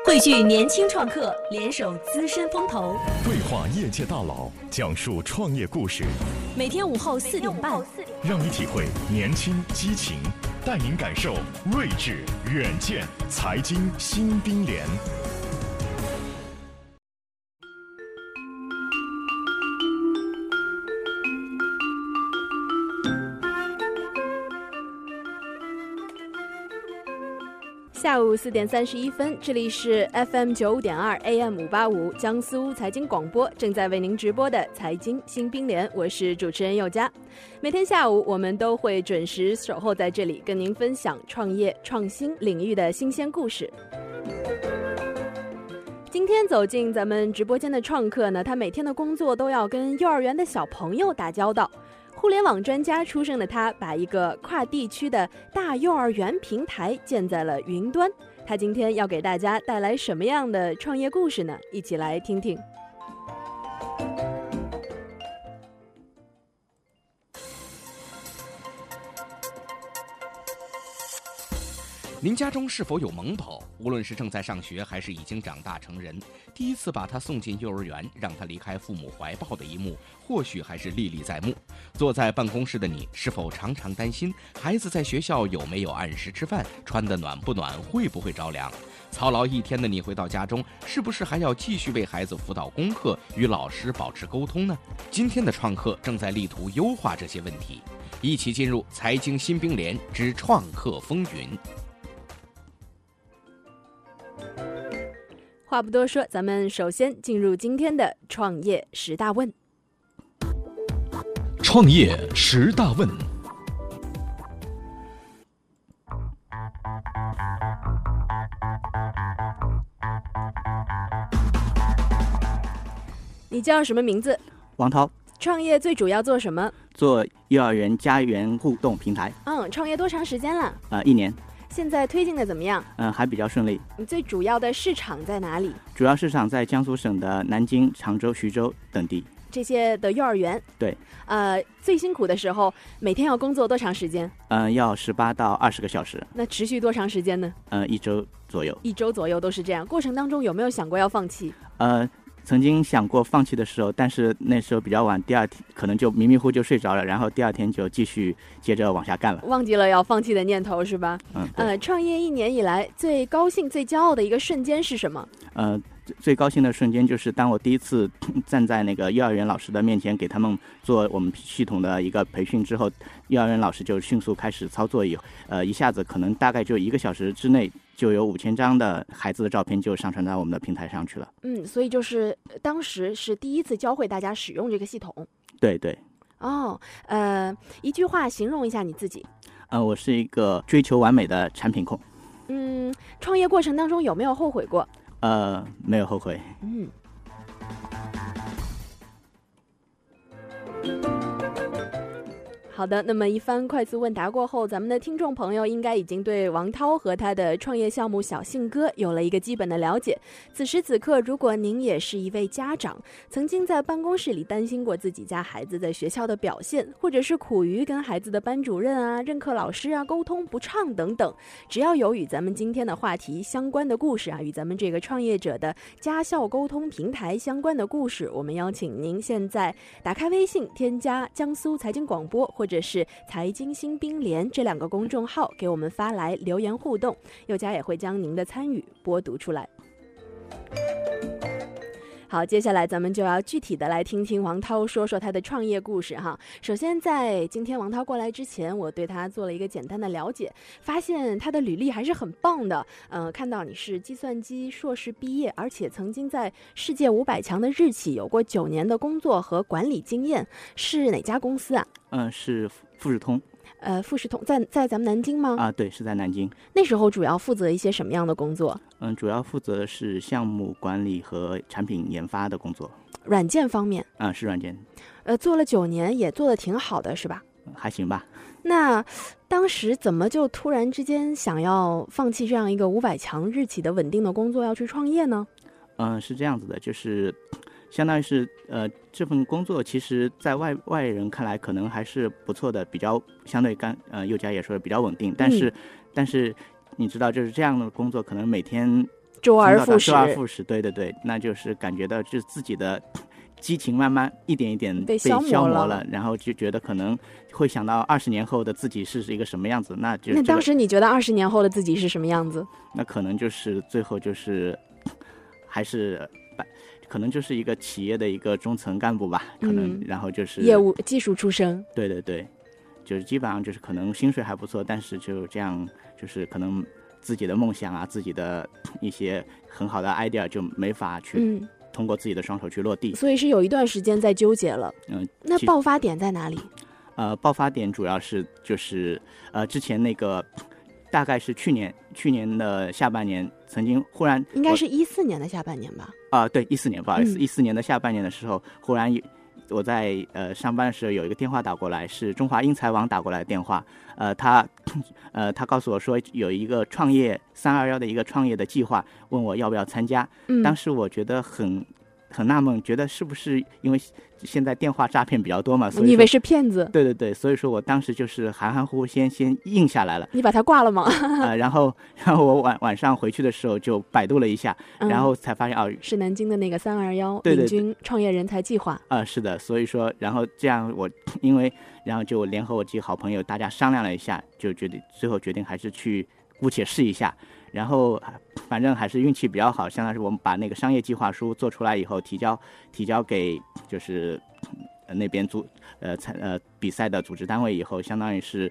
汇聚年轻创客，联手资深风投， 对话业界大佬，讲述创业故事。 每天午后4点半， 让你体会年轻激情，带您感受睿智远见，财经新冰联。 下午4点31分，这里是 FM 95.2 AM 585江苏财经广播，正在为您直播的财经新冰联，我是主持人佑佳。每天下午我们都会准时守候在这里，跟您分享创业创新领域的新鲜故事。今天走进咱们直播间的创客呢，他每天的工作都要跟幼儿园的小朋友打交道。互联网专家出身的他，把一个跨地区的大幼儿园平台建在了云端。他今天要给大家带来什么样的创业故事呢？一起来听听。 您家中是否有萌宝？无论是正在上学还是已经长大成人，第一次把他送进幼儿园，让他离开父母怀抱的一幕，或许还是历历在目。坐在办公室的你，是否常常担心孩子在学校有没有按时吃饭，穿得暖不暖，会不会着凉？操劳一天的你回到家中，是不是还要继续为孩子辅导功课，与老师保持沟通呢？今天的创客正在力图优化这些问题，一起进入财经新冰联之创客风云。 话不多说，咱们首先进入今天的创业十大问。 创业十大问。 你叫什么名字？ 王涛。 创业最主要做什么？ 做幼儿园家园互动平台。 创业多长时间了 ？1年。 现在推进的怎么样？ 还比较顺利。 你最主要的市场在哪里？ 主要市场在江苏省的南京、常州、徐州等地。 这些的幼儿园？ 对。 最辛苦的时候，每天要工作多长时间？ 要18到20个小时。 那持续多长时间呢 ？1周左右。 1周左右都是这样。过程当中有没有想过要放弃？ 曾经想过放弃的时候，但是那时候比较晚，第二天可能就迷迷糊就睡着了，然后第二天就继续接着往下干了， 忘记了要放弃的念头是吧？创业1年以来最高兴最骄傲的一个瞬间是什么？ 最高兴的瞬间就是当我第一次站在那个幼儿园老师的面前，给他们做我们系统的一个培训之后，幼儿园老师就迅速开始操作，一下子可能大概就1个小时之内就有5000张的孩子的照片就上传到我们的平台上去了。 所以就是当时是第一次教会大家使用这个系统。 对对。 一句话形容一下你自己。 我是一个追求完美的产品控。 创业过程当中有没有后悔过？ 没有后悔。 好的，那么一番快速问答过后，咱们的听众朋友应该已经对王涛和他的创业项目小信鸽有了一个基本的了解。此时此刻，如果您也是一位家长，曾经在办公室里担心过自己家孩子在学校的表现，或者是苦于跟孩子的班主任啊、任课老师啊沟通不畅等等，只要有与咱们今天的话题相关的故事啊，与咱们这个创业者的家校沟通平台相关的故事，我们邀请您现在打开微信，添加江苏财经广播或者是财经新冰联这2个公众号，给我们发来留言互动，佑佳也会将您的参与播读出来。好，接下来咱们就要具体的来听听王涛说说他的创业故事哈。首先在今天王涛过来之前，我对他做了一个简单的了解，发现他的履历还是很棒的。看到你是计算机硕士毕业，而且曾经在世界500强的日企有过9年的工作和管理经验，是哪家公司啊？ 是富士通。 富士通在咱们南京吗？ 对，是在南京。 那时候主要负责一些什么样的工作？ 主要负责的是项目管理和产品研发的工作。 软件方面？ 是软件。 做了9年，也做得挺好的，是吧？ 还行吧。 那当时怎么就突然之间想要放弃这样一个500强日企的稳定的工作，要去创业呢？ 是这样子的，就是相当于是这份工作其实在外人看来可能还是不错的，比较相对佑佳也说的比较稳定，但是你知道就是这样的工作可能每天周而复始， 对对对，那就是感觉到就自己的激情慢慢一点一点被消磨了，然后就觉得可能会想到20年后的自己是一个什么样子。那当时你觉得20年后的自己是什么样子？ 那可能就是最后就是还是可能就是一个企业的一个中层干部吧，可能然后就是业务技术出身。 对对对，就是基本上就是可能薪水还不错，但是就这样就是可能自己的梦想啊，自己的一些很好的 idea 就没法去通过自己的双手去落地， 所以是有一段时间在纠结了。那爆发点在哪里？ 爆发点主要是就是之前那个大概是去年的下半年，曾经忽然应该是14年的下半年吧？ 对，14年，不好意思，14年的下半年的时候，忽然我在上班的时候有一个电话打过来，是中华英才网打过来的电话，他告诉我说有一个创业321的一个创业的计划，问我要不要参加。当时我觉得很纳闷，觉得是不是因为现在电话诈骗比较多嘛，所以你以为是骗子？ 对对对，所以说我当时就是含含糊糊先应下来了。 你把他挂了吗？ 然后我晚上回去的时候就百度了一下，然后才发现是南京的那个321 领军创业人才计划。 是的，所以说然后这样然后就联合我几个好朋友，大家商量了一下，就最后决定还是去姑且试一下。然后反正还是运气比较好，相当于是我们把那个商业计划书做出来以后提交给就是那边比赛的组织单位以后，相当于是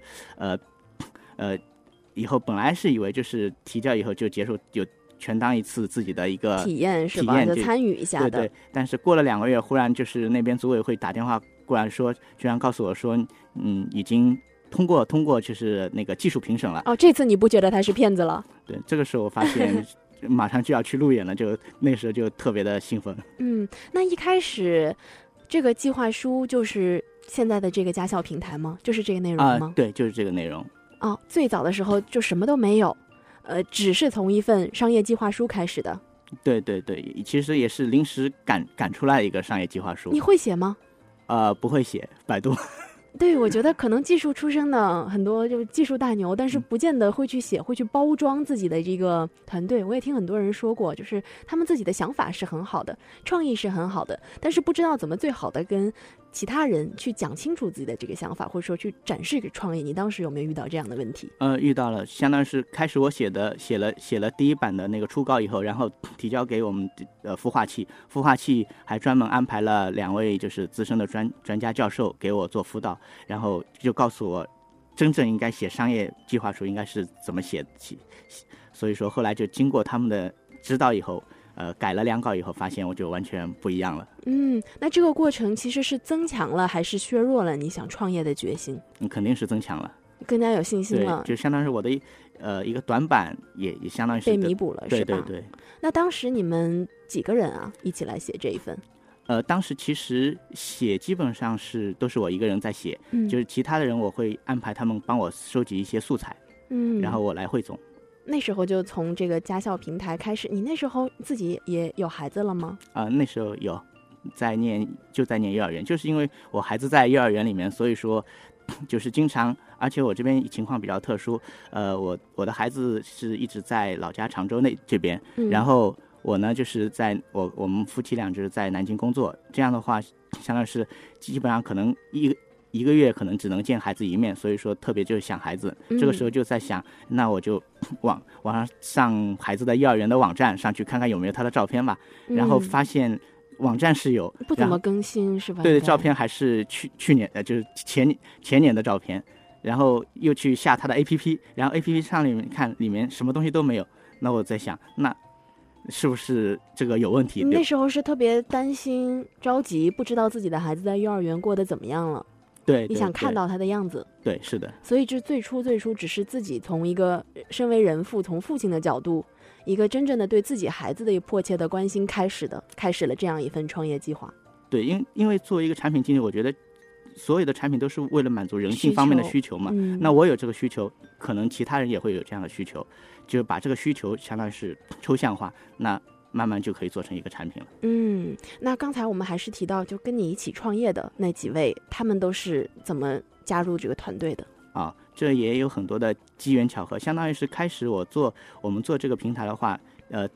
以后本来是以为就是提交以后就结束，就全当一次自己的一个体验是吧？就参与一下的。 对对。但是过了2个月，忽然就是那边组委会打电话过来说，居然告诉我说已经通过就是那个技术评审了。 这次你不觉得他是骗子了？ 对，这个时候我发现马上就要去路演了，就那时候就特别的兴奋。 那一开始这个计划书就是现在的这个家校平台吗？就是这个内容吗？ 对，就是这个内容。 最早的时候就什么都没有，只是从一份商业计划书开始的。 对对对，其实也是临时赶出来一个商业计划书。 你会写吗？ 不会写，百度。 对，我觉得可能技术出身的很多就技术大牛，但是不见得会去写，会去包装自己的这个团队。我也听很多人说过，就是他们自己的想法是很好的，创意是很好的，但是不知道怎么最好的跟其他人去讲清楚自己的这个想法，或者说去展示给创业。你当时有没有遇到这样的问题？ 遇到了，相当于是开始我写了第1版的那个初稿以后，然后提交给我们孵化器还专门安排了2位就是资深的专家教授给我做辅导，然后就告诉我真正应该写商业计划书应该是怎么写起。所以说后来就经过他们的指导以后，改了2稿以后，发现我就完全不一样了。 那这个过程其实是增强了还是削弱了你想创业的决心？ 肯定是增强了， 更加有信心了。 就相当于我的一个短板也相当于是被弥补了，是吧？ 对对对。 那当时你们几个人啊一起来写这一份？ 当时其实写基本上都是我一个人在写，就是其他的人我会安排他们帮我收集一些素材，然后我来汇总。 那时候就从这个家校平台开始，你那时候自己也有孩子了吗？ 那时候有，在念幼儿园，就是因为我孩子在幼儿园里面，所以说就是经常，而且我这边情况比较特殊，我的孩子是一直在老家常州这边，然后我呢就是在我们夫妻俩就是在南京工作，这样的话相当于是基本上可能一个月可能只能见孩子一面，所以说特别就想孩子，这个时候就在想，那我就网上孩子的幼儿园的网站上去看看有没有他的照片吧，然后发现网站是有， 不怎么更新是吧？ 对，照片还是去年就是前年的照片，然后又去下他的 APP， 然后 APP 上里面看里面什么东西都没有，那我在想，那是不是这个有问题？ 那时候是特别担心着急，不知道自己的孩子在幼儿园过得怎么样了。 对， 你想看到他的样子。 对，是的。 所以这最初只是自己从一个身为人父，从父亲的角度，一个真正的对自己孩子的迫切的关心开始了这样一份创业计划。 对，因为作为一个产品经理，我觉得所有的产品都是为了满足人性方面的需求嘛。那我有这个需求，可能其他人也会有这样的需求，就把这个需求相当于是抽象化，那慢慢就可以做成一个产品了。 那刚才我们还是提到，就跟你一起创业的那几位，他们都是怎么加入这个团队的？ 这也有很多的机缘巧合，相当于是开始我们做这个平台的话，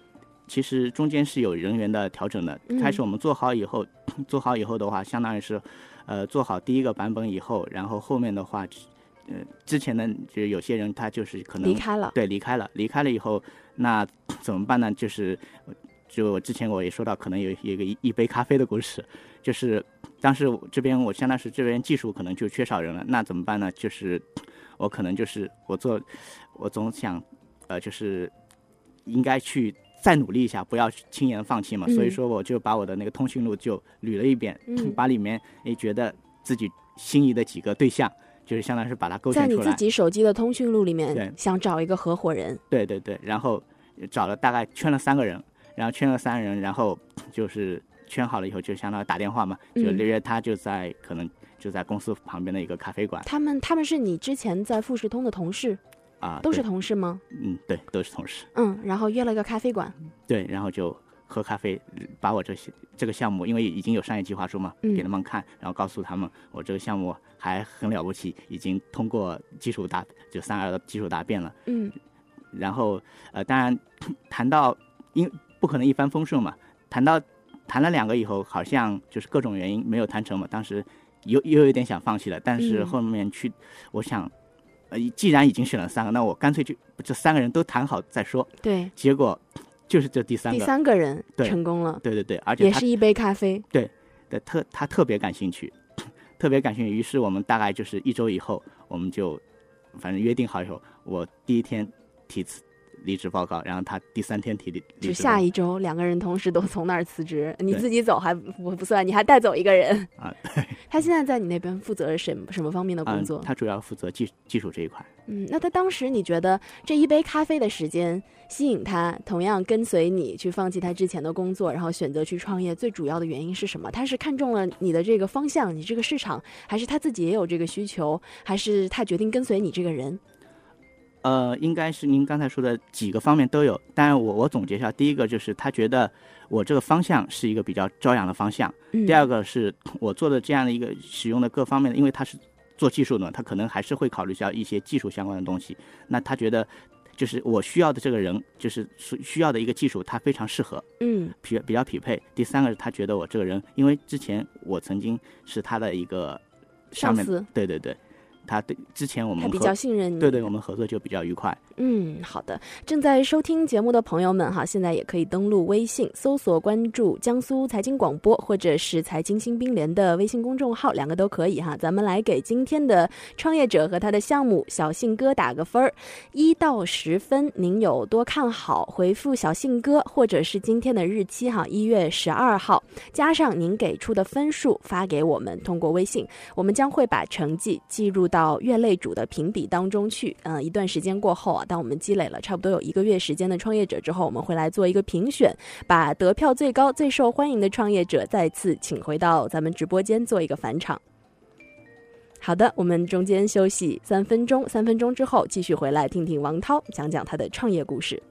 其实中间是有人员的调整的。开始我们做好以后的话，相当于是做好第一个版本以后，然后后面的话之前的就是有些人他就是可能离开了， 对，离开了以后，那怎么办呢？就之前我也说到，可能有一杯咖啡的故事，就是当时我相当是这边技术可能就缺少人了，那怎么办呢？就是我可能就是我总想就是应该去再努力一下，不要轻言放弃嘛。所以说我就把我的那个通讯录就捋了一遍，把里面觉得自己心仪的几个对象，就是相当于是把它勾选出来。 在你自己手机的通讯录里面，想找一个合伙人。对， 然后找了大概圈了3个人，然后就是圈好了以后，就相当于打电话嘛，就约他可能就在公司旁边的一个咖啡馆。 他们是你之前在富士通的同事啊？ 都是同事吗？ 对，都是同事。 然后约了个咖啡馆。 对，然后就喝咖啡，把我这个项目，因为已经有商业计划书嘛，给他们看，然后告诉他们我这个项目还很了不起，已经通过就3R的技术答辩了。然后当然谈到不可能一帆风顺嘛，谈了2个以后，好像就是各种原因没有谈成嘛。当时又有点想放弃了，但是后面我想，既然已经选了3个，那我干脆就这3个人都谈好再说。对，结果就是这第三个人成功了。对，而且也是一杯咖啡。对，他特别感兴趣，于是我们大概就是1周以后，我们就反正约定好以后，我第1天提离职报告，然后他第3天提离职。下一周2个人同时都从那儿辞职，你自己走还不算，你还带走1个人啊？对。他现在在你那边负责什么方面的工作？他主要负责技术这一块。那他当时你觉得这一杯咖啡的时间吸引他，同样跟随你去放弃他之前的工作，然后选择去创业，最主要的原因是什么？他是看中了你的这个方向，你这个市场，还是他自己也有这个需求，还是他决定跟随你这个人？应该是您刚才说的几个方面都有，当然我总结一下，第一个就是他觉得我这个方向是一个比较朝阳的方向，第二个是我做的这样的一个使用的各方面的，因为他是做技术的，他可能还是会考虑到一些技术相关的东西，那他觉得就是我需要的这个人，就是需要的一个技术，他非常适合，比较匹配。第三个是他觉得我这个人，因为之前我曾经是他的一个上面，对，他之前我们他比较信任你，对，我们合作就比较愉快。好的。正在收听节目的朋友们哈，现在也可以登录微信搜索关注江苏财经广播或者是财经新兵联的微信公众号，2个都可以哈。咱们来给今天的创业者和他的项目小信哥打个分，1到10分，您有多看好？回复小信哥或者是今天的日期哈，1月12号，加上您给出的分数发给我们，通过微信，我们将会把成绩记入到月类组的评比当中去。一段时间过后啊，当我们积累了差不多有1个月时间的创业者之后，我们会来做一个评选，把得票最高、最受欢迎的创业者再次请回到咱们直播间做一个返场。好的，我们中间休息3分钟，3分钟之后继续回来听听王涛讲讲他的创业故事。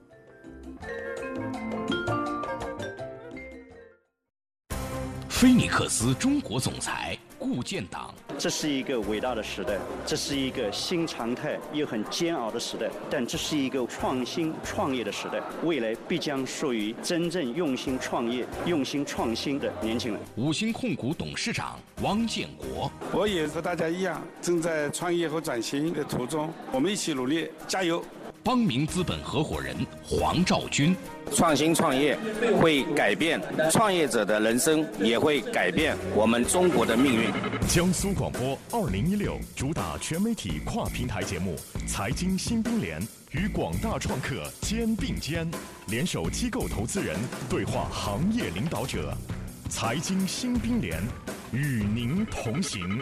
菲尼克斯中国总裁顾建党， 这是一个伟大的时代，这是一个新常态又很煎熬的时代，但这是一个创新创业的时代，未来必将属于真正用心创业、用心创新的年轻人。 五星控股董事长汪建国， 我也和大家一样，正在创业和转型的途中，我们一起努力，加油！ 邦明资本合伙人黄兆军， 创新创业会改变创业者的人生，也会改变我们中国的命运。 江苏广播2016主打全媒体跨平台节目《财经新兵联》与广大创客肩并肩，联手机构投资人对话行业领导者，财经新兵联与您同行。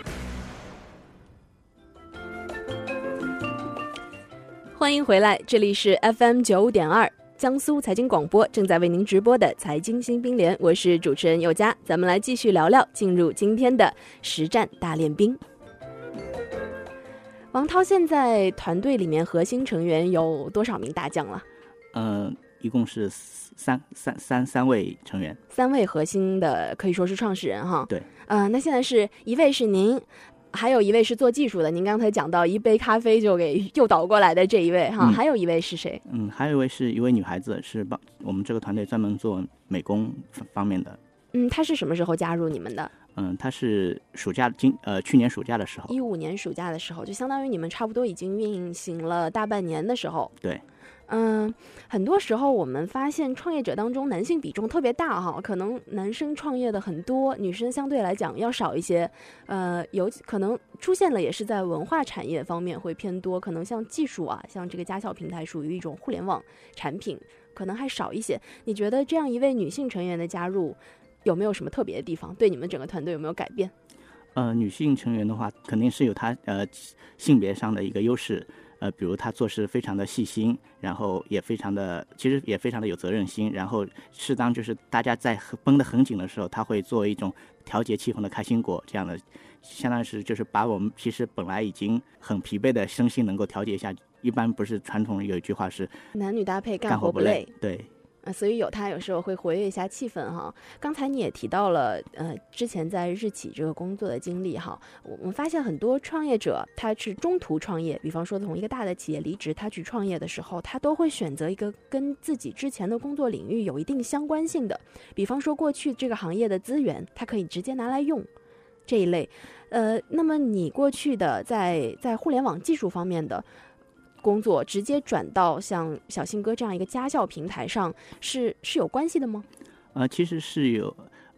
欢迎回来，这里是 FM 95.2江苏财经广播，正在为您直播的财经新兵联，我是主持人宥嘉。咱们来继续聊聊，进入今天的实战大练兵。王涛现在团队里面核心成员有多少名大将了？ 一共是三位成员，3位核心的可以说是创始人哈。 对。 那现在是1位是您。 还有一位是做技术的，您刚才讲到一杯咖啡就给诱导过来的这一位哈，还有一位是谁？ 还有一位是一位女孩子，是帮我们这个团队专门做美工方面的。 她是什么时候加入你们的？ 她是去年暑假的时候 ，15年暑假的时候，就相当于你们差不多已经运行了大半年的时候。 对。 很多时候我们发现创业者当中男性比重特别大哈，可能男生创业的很多，女生相对来讲要少一些。有可能出现了也是在文化产业方面会偏多，可能像技术啊，像这个家校平台属于一种互联网产品，可能还少一些。你觉得这样一位女性成员的加入有没有什么特别的地方？对你们整个团队有没有改变？ 女性成员的话，肯定是有她性别上的一个优势。比如他做事非常的细心，然后其实也非常的有责任心，然后适当就是大家在绷得很紧的时候，他会作为一种调节气氛的开心果，这样的相当于是就是把我们其实本来已经很疲惫的身心能够调节一下。一般不是传统有一句话是男女搭配干活不累， 对。 所以有他有时候会活跃一下气氛哈。刚才你也提到了之前在日企这个工作的经历哈，我们发现很多创业者他是中途创业，比方说从一个大的企业离职，他去创业的时候，他都会选择一个跟自己之前的工作领域有一定相关性的，比方说过去这个行业的资源他可以直接拿来用这一类。那么你过去的在互联网技术方面的工作直接转到像小信鸽这样一个家校平台上是有关系的吗？ 其实是有，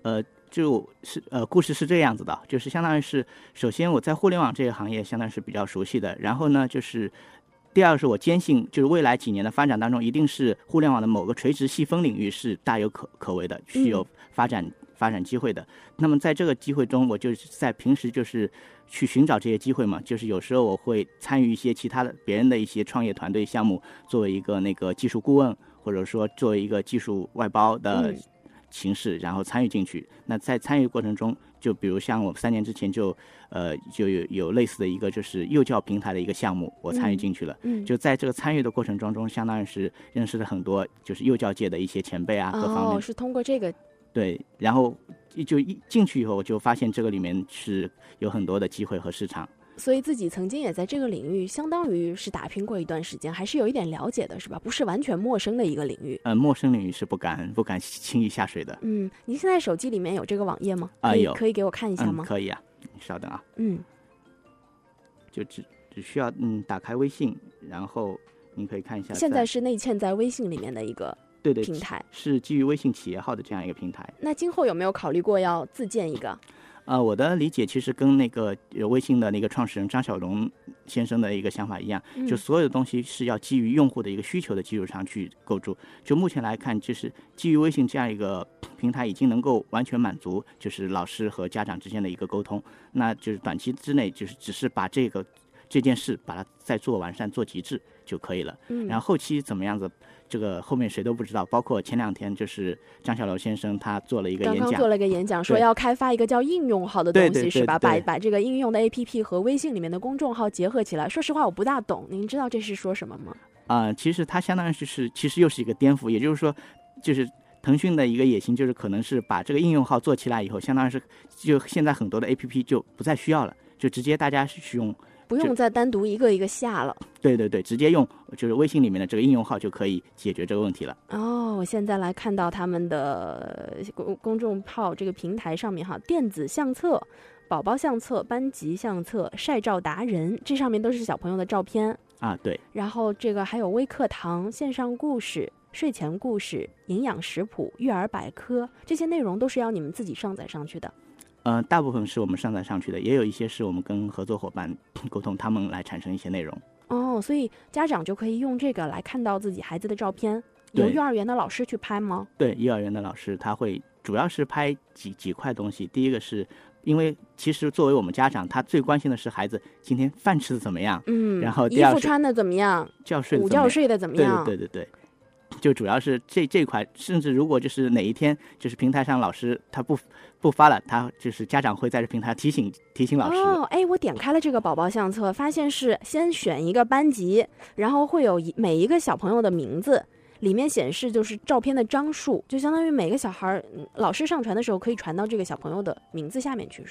故事是这样子的，就是相当于是，首先我在互联网这个行业相当于是比较熟悉的，然后呢就是第二是我坚信就是未来几年的发展当中，一定是互联网的某个垂直细分领域是大有可为的，具有发展机会的。那么在这个机会中，我就是在平时就是去寻找这些机会嘛，就是有时候我会参与一些其他的别人的一些创业团队项目，作为一个那个技术顾问，或者说作为一个技术外包的形式，然后参与进去。那在参与过程中，就比如像我3年之前就有类似的一个就是幼教平台的一个项目，我参与进去了。就在这个参与的过程中，相当于是认识了很多就是幼教界的一些前辈啊，各方面。 是通过这个。 对，然后就一进去以后，我就发现这个里面是有很多的机会和市场。 所以自己曾经也在这个领域相当于是打拼过一段时间，还是有一点了解的，是吧？不是完全陌生的一个领域。 陌生领域是不敢轻易下水的。 您现在手机里面有这个网页吗？ 有， 可以给我看一下吗？ 可以啊，你稍等啊。就只需要打开微信，然后您可以看一下。 现在是内嵌在微信里面的一个平台， 是基于微信企业号的这样一个平台。 那今后有没有考虑过要自建一个？ 我的理解其实跟那个微信的那个创始人张小龙先生的一个想法一样，就所有的东西是要基于用户的一个需求的基础上去构筑。就目前来看，就是基于微信这样一个平台已经能够完全满足就是老师和家长之间的一个沟通，那就是短期之内就是只是把这件事把它再做完善做极致就可以了。然后后期怎么样子，这个后面谁都不知道。包括前2天就是张小楼先生他做了一个演讲， 刚刚做了一个演讲，说要开发一个叫应用号的东西，是吧？把这个应用的 APP 和微信里面的公众号结合起来。说实话我不大懂，您知道这是说什么吗？ 其实它相当于是其实又是一个颠覆，也就是说就是腾讯的一个野心就是可能是把这个应用号做起来以后，相当于是就现在很多的 APP 就不再需要了，就直接大家去用， 不用再单独一个一个下了。 对，直接用就是微信里面的这个应用号就可以解决这个问题了。 我现在来看到他们的公众号这个平台上面电子相册、宝宝相册、班级相册、晒照达人，这上面都是小朋友的照片对。 然后这个还有微课堂、线上故事、睡前故事、营养食谱、育儿百科，这些内容都是要你们自己上载上去的。 大部分是我们上载上去的，也有一些是我们跟合作伙伴沟通，他们来产生一些内容。 所以家长就可以用这个来看到自己孩子的照片。由幼儿园的老师去拍吗？对， 幼儿园的老师他会主要是拍几块东西。第一个是因为其实作为我们家长，他最关心的是孩子今天饭吃的怎么样，然后第二衣服穿的怎么样，午觉睡的怎么样。 对，就主要是这块，甚至如果就是哪一天就是平台上老师他不发了，他就是家长会在这平台提醒老师。 我点开了这个宝宝相册，发现是先选一个班级，然后会有每一个小朋友的名字，里面显示就是照片的张数，就相当于每个小孩老师上传的时候可以传到这个小朋友的名字下面去，是吧？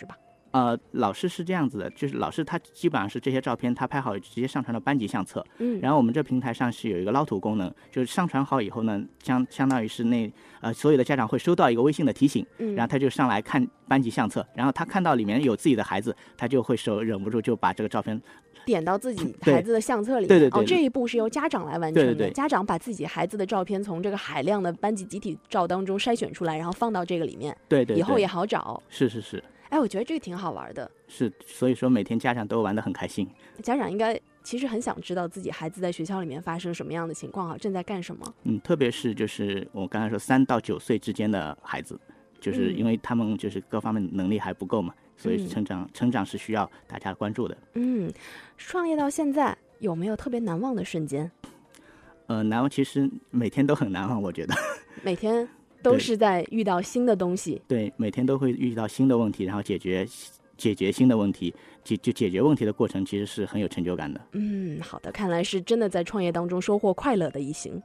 老师是这样子的，就是老师他基本上是这些照片他拍好直接上传到班级相册，然后我们这平台上是有一个捞图功能，就是上传好以后呢，相当于是所有的家长会收到一个微信的提醒，然后他就上来看班级相册，然后他看到里面有自己的孩子，他就会忍不住就把这个照片点到自己孩子的相册里面。 对， 这一步是由家长来完成的。 对， 家长把自己孩子的照片从这个海量的班级集体照当中筛选出来，然后放到这个里面。 对， 以后也好找。 是。 我觉得这个挺好玩的。 是，所以说每天家长都玩得很开心。 家长应该其实很想知道自己孩子在学校里面发生什么样的情况，正在干什么。特别是就是我刚才说3到9岁之间的孩子，就是因为他们就是各方面能力还不够嘛，所以成长是需要大家关注的。 创业到现在有没有特别难忘的瞬间？ 难忘，其实每天都很难忘，我觉得。 每天都是在遇到新的东西。 对，每天都会遇到新的问题，然后解决新的问题，就解决问题的过程其实是很有成就感的。 好的，看来是真的在创业当中收获快乐的一行。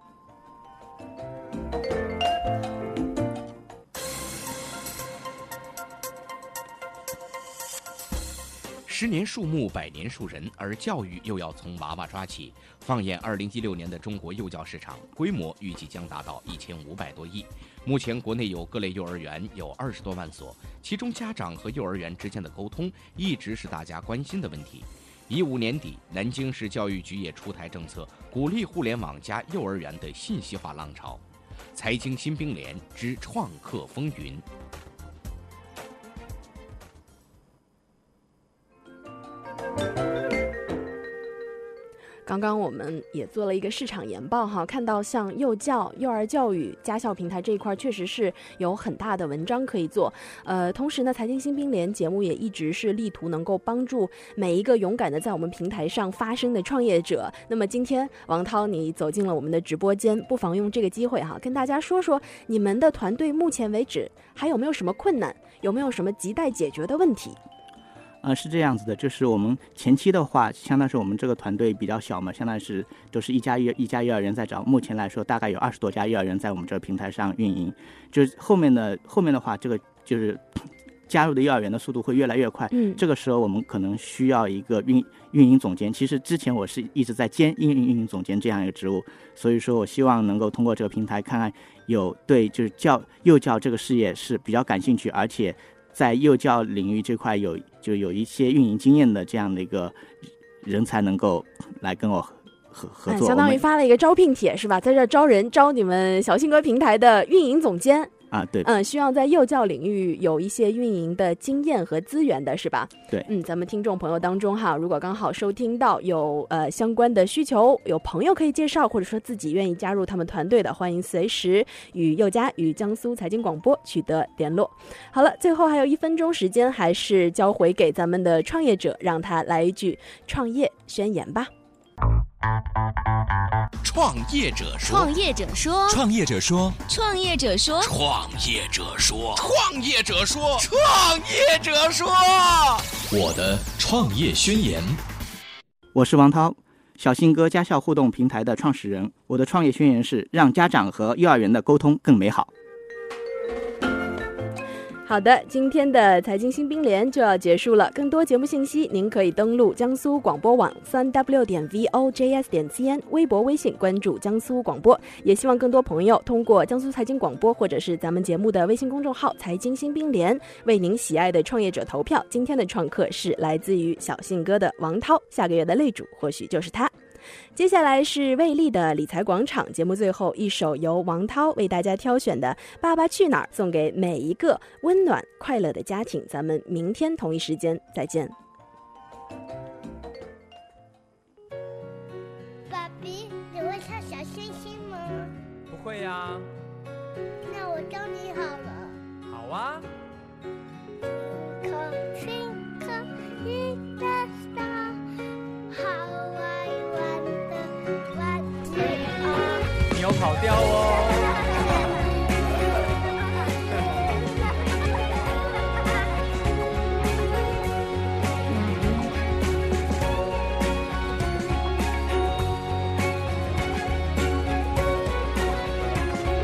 10年树木，100年树人，而教育又要从娃娃抓起。放眼2016年的中国幼教市场，规模预计将达到1500多亿。目前国内有各类幼儿园有20多万所，其中家长和幼儿园之间的沟通一直是大家关心的问题。15年底，南京市教育局也出台政策，鼓励互联网加幼儿园的信息化浪潮。财经新冰联之创客风云。 刚刚我们也做了一个市场研报哈，看到像幼教、幼儿教育、家校平台这一块确实是有很大的文章可以做。同时呢，财经新冰联节目也一直是力图能够帮助每一个勇敢的在我们平台上发声的创业者。那么今天王涛你走进了我们的直播间，不妨用这个机会哈，跟大家说说你们的团队目前为止还有没有什么困难，有没有什么亟待解决的问题？ 是这样子的，就是我们前期的话，相当是我们这个团队比较小嘛，相当是都是一家幼儿园在找，目前来说大概有20多家幼儿园在我们这个平台上运营。就是后面的话，这个就是加入的幼儿园的速度会越来越快。这个时候我们可能需要一个运营总监。其实之前我是一直在兼运营总监这样一个职务，所以说我希望能够通过这个平台看看有对就是幼教这个事业是比较感兴趣，而且在幼教领域这块有一些运营经验的这样的一个人才能够来跟我合作。 相当于发了一个招聘帖是吧？在这招你们小信鸽平台的运营总监。 对， 需要在幼教领域有一些运营的经验和资源的是吧？ 对， 咱们听众朋友当中哈，如果刚好收听到有相关的需求，有朋友可以介绍，或者说自己愿意加入他们团队的，欢迎随时与幼家与江苏财经广播取得联络。好了，最后还有1分钟时间，还是交回给咱们的创业者，让他来一句创业宣言吧。 创业者说， 创业者说， 创业者说， 创业者说， 创业者说，创业者说，创业者说， 我的创业宣言。 我是王涛，小信鸽家校互动平台的创始人。我的创业宣言是让家长和幼儿园的沟通更美好。 好的，今天的财经新冰联就要结束了。更多节目信息，您可以登录江苏广播网3w.vojs.cn， 微博、微信关注江苏广播。也希望更多朋友通过江苏财经广播或者是咱们节目的微信公众号“财经新冰联”，为您喜爱的创业者投票。今天的创客是来自于小信鸽的王涛，下个月的擂主或许就是他。接下来是魏丽的理财广场，节目最后一首由王涛为大家挑选的《爸爸去哪儿》，送给每一个温暖快乐的家庭。咱们明天同一时间再见。 爸比，你会唱小星星吗？ 不会呀。 那我教你好了。 好啊。 Twinkle little star, how I wonder what you are。 你有跑调哦。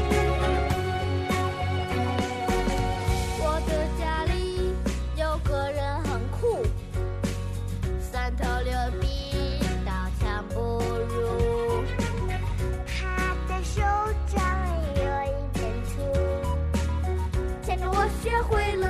我的家里有个人。 学会了